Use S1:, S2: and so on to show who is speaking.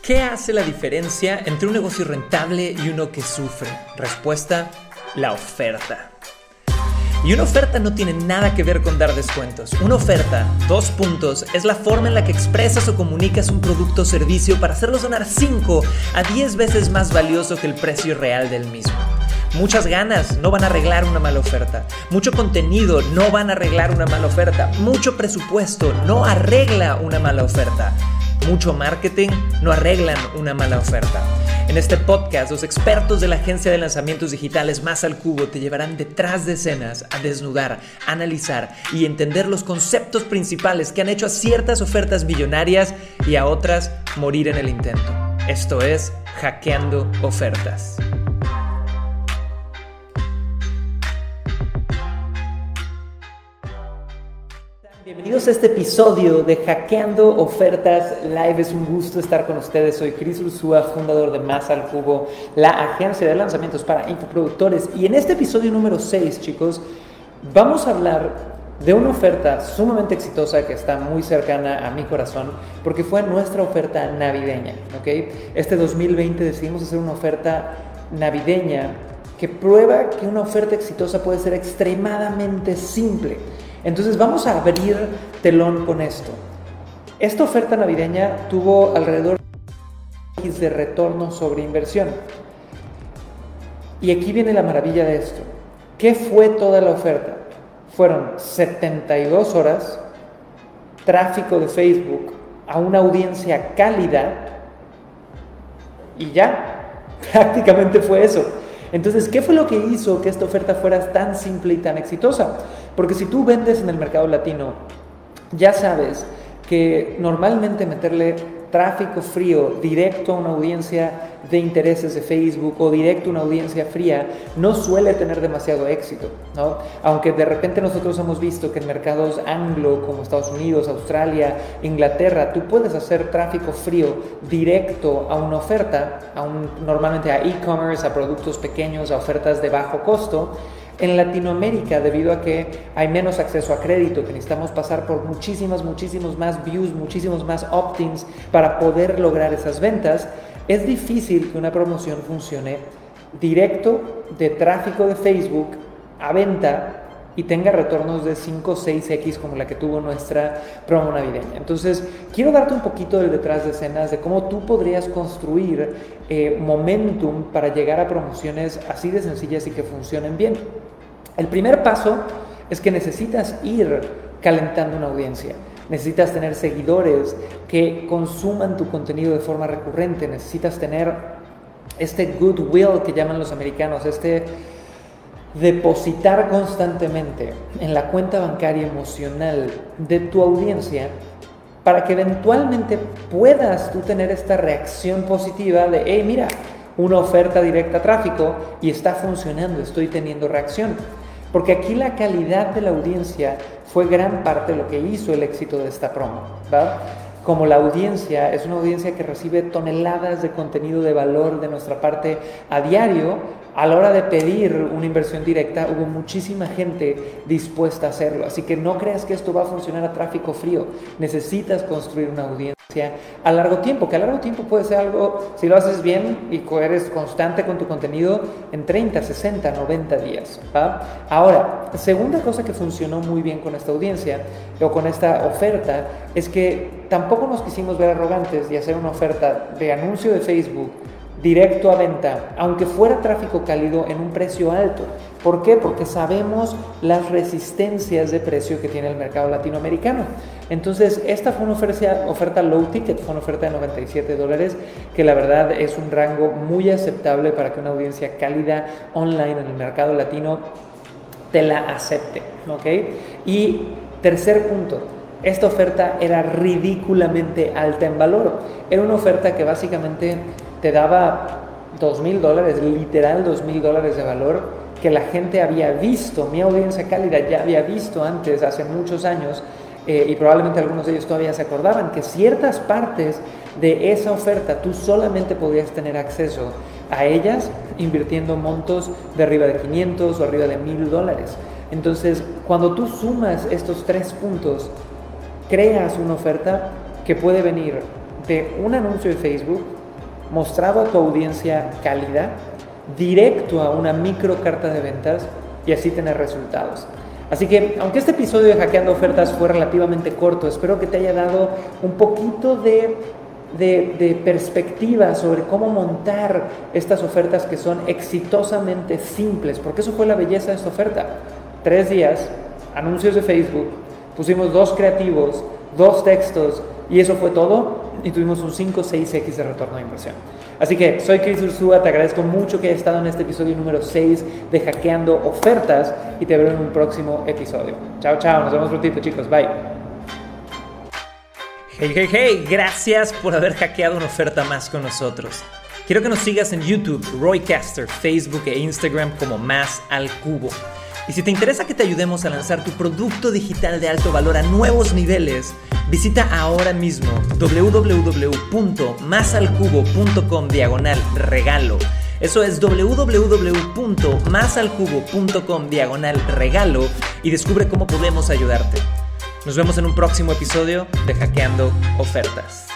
S1: ¿Qué hace la diferencia entre un negocio rentable y uno que sufre? Respuesta: la oferta. Y una oferta no tiene nada que ver con dar descuentos. Una oferta, 2 puntos, es la forma en la que expresas o comunicas un producto o servicio para hacerlo sonar 5 a 10 veces más valioso que el precio real del mismo. Muchas ganas no van a arreglar una mala oferta. Mucho contenido no van a arreglar una mala oferta. Mucho presupuesto no arregla una mala oferta. Mucho marketing no arreglan una mala oferta. En este podcast, los expertos de la agencia de lanzamientos digitales Más al Cubo te llevarán detrás de escenas a desnudar, analizar y entender los conceptos principales que han hecho a ciertas ofertas millonarias y a otras morir en el intento. Esto es Hackeando Ofertas. Bienvenidos a este episodio de Hackeando Ofertas Live. Es un gusto estar con ustedes. Soy Chris Ursúa, fundador de Más al Cubo, la agencia de lanzamientos para infoproductores. Y en este episodio número 6, chicos, vamos a hablar de una oferta sumamente exitosa que está muy cercana a mi corazón porque fue nuestra oferta navideña, ¿ok? Este 2020 decidimos hacer una oferta navideña que prueba que una oferta exitosa puede ser extremadamente simple. Entonces vamos a abrir telón con esto. Esta oferta navideña tuvo alrededor de retorno sobre inversión. Y aquí viene la maravilla de esto. ¿Qué fue toda la oferta? Fueron 72 horas, tráfico de Facebook a una audiencia cálida y ya, prácticamente fue eso. Entonces, ¿qué fue lo que hizo que esta oferta fuera tan simple y tan exitosa? Porque si tú vendes en el mercado latino, ya sabes que normalmente meterle tráfico frío directo a una audiencia de intereses de Facebook o directo a una audiencia fría no suele tener demasiado éxito, ¿no? Aunque de repente nosotros hemos visto que en mercados anglo como Estados Unidos, Australia, Inglaterra, tú puedes hacer tráfico frío directo a una oferta, normalmente a e-commerce, a productos pequeños, a ofertas de bajo costo. En Latinoamérica, debido a que hay menos acceso a crédito, que necesitamos pasar por muchísimos más views, muchísimos más opt-ins para poder lograr esas ventas, es difícil que una promoción funcione directo de tráfico de Facebook a venta y tenga retornos de 5 o 6x como la que tuvo nuestra promo navideña. Entonces, quiero darte un poquito del detrás de escenas de cómo tú podrías construir momentum para llegar a promociones así de sencillas y que funcionen bien. El primer paso es que necesitas ir calentando una audiencia. Necesitas tener seguidores que consuman tu contenido de forma recurrente. Necesitas tener este goodwill que llaman los americanos, depositar constantemente en la cuenta bancaria emocional de tu audiencia para que eventualmente puedas tú tener esta reacción positiva de, hey, mira, una oferta directa a tráfico y está funcionando, estoy teniendo reacción. Porque aquí la calidad de la audiencia fue gran parte de lo que hizo el éxito de esta promo, ¿verdad? Como la audiencia es una audiencia que recibe toneladas de contenido de valor de nuestra parte a diario, a la hora de pedir una inversión directa hubo muchísima gente dispuesta a hacerlo. Así que no creas que esto va a funcionar a tráfico frío. Necesitas construir una audiencia a largo tiempo, que a largo tiempo puede ser algo, si lo haces bien y eres constante con tu contenido, en 30, 60, 90 días. ¿Va? Ahora, segunda cosa que funcionó muy bien con esta audiencia o con esta oferta es que tampoco nos quisimos ver arrogantes y hacer una oferta de anuncio de Facebook directo a venta, aunque fuera tráfico cálido en un precio alto. ¿Por qué? Porque sabemos las resistencias de precio que tiene el mercado latinoamericano. Entonces, esta fue una oferta low ticket, fue una oferta de $97, que la verdad es un rango muy aceptable para que una audiencia cálida online en el mercado latino te la acepte, ¿ok? Y tercer punto, esta oferta era ridículamente alta en valor. Era una oferta que básicamente te daba $2,000, literal $2,000 de valor, que la gente había visto, mi audiencia cálida ya había visto antes, hace muchos años, y probablemente algunos de ellos todavía se acordaban que ciertas partes de esa oferta tú solamente podías tener acceso a ellas invirtiendo montos de arriba de 500 o arriba de $1,000. Entonces, cuando tú sumas estos 3 puntos, creas una oferta que puede venir de un anuncio de Facebook, mostrado a tu audiencia cálida, directo a una micro carta de ventas y así tener resultados. Así que, aunque este episodio de Hackeando Ofertas fue relativamente corto, espero que te haya dado un poquito de perspectiva sobre cómo montar estas ofertas que son exitosamente simples, porque eso fue la belleza de esta oferta. 3 días, anuncios de Facebook, pusimos 2 creativos, 2 textos y eso fue todo y tuvimos un 5-6x de retorno de inversión. Así que soy Chris Ursúa, te agradezco mucho que hayas estado en este episodio número 6 de Hackeando Ofertas y te veo en un próximo episodio. Chao, chao, nos vemos prontito, chicos, bye. Hey, gracias por haber hackeado una oferta más con nosotros. Quiero que nos sigas en YouTube, Roycaster, Facebook e Instagram como Más al Cubo. Y si te interesa que te ayudemos a lanzar tu producto digital de alto valor a nuevos niveles, visita ahora mismo www.masalcubo.com/regalo. Eso es www.masalcubo.com/regalo y descubre cómo podemos ayudarte. Nos vemos en un próximo episodio de Hackeando Ofertas.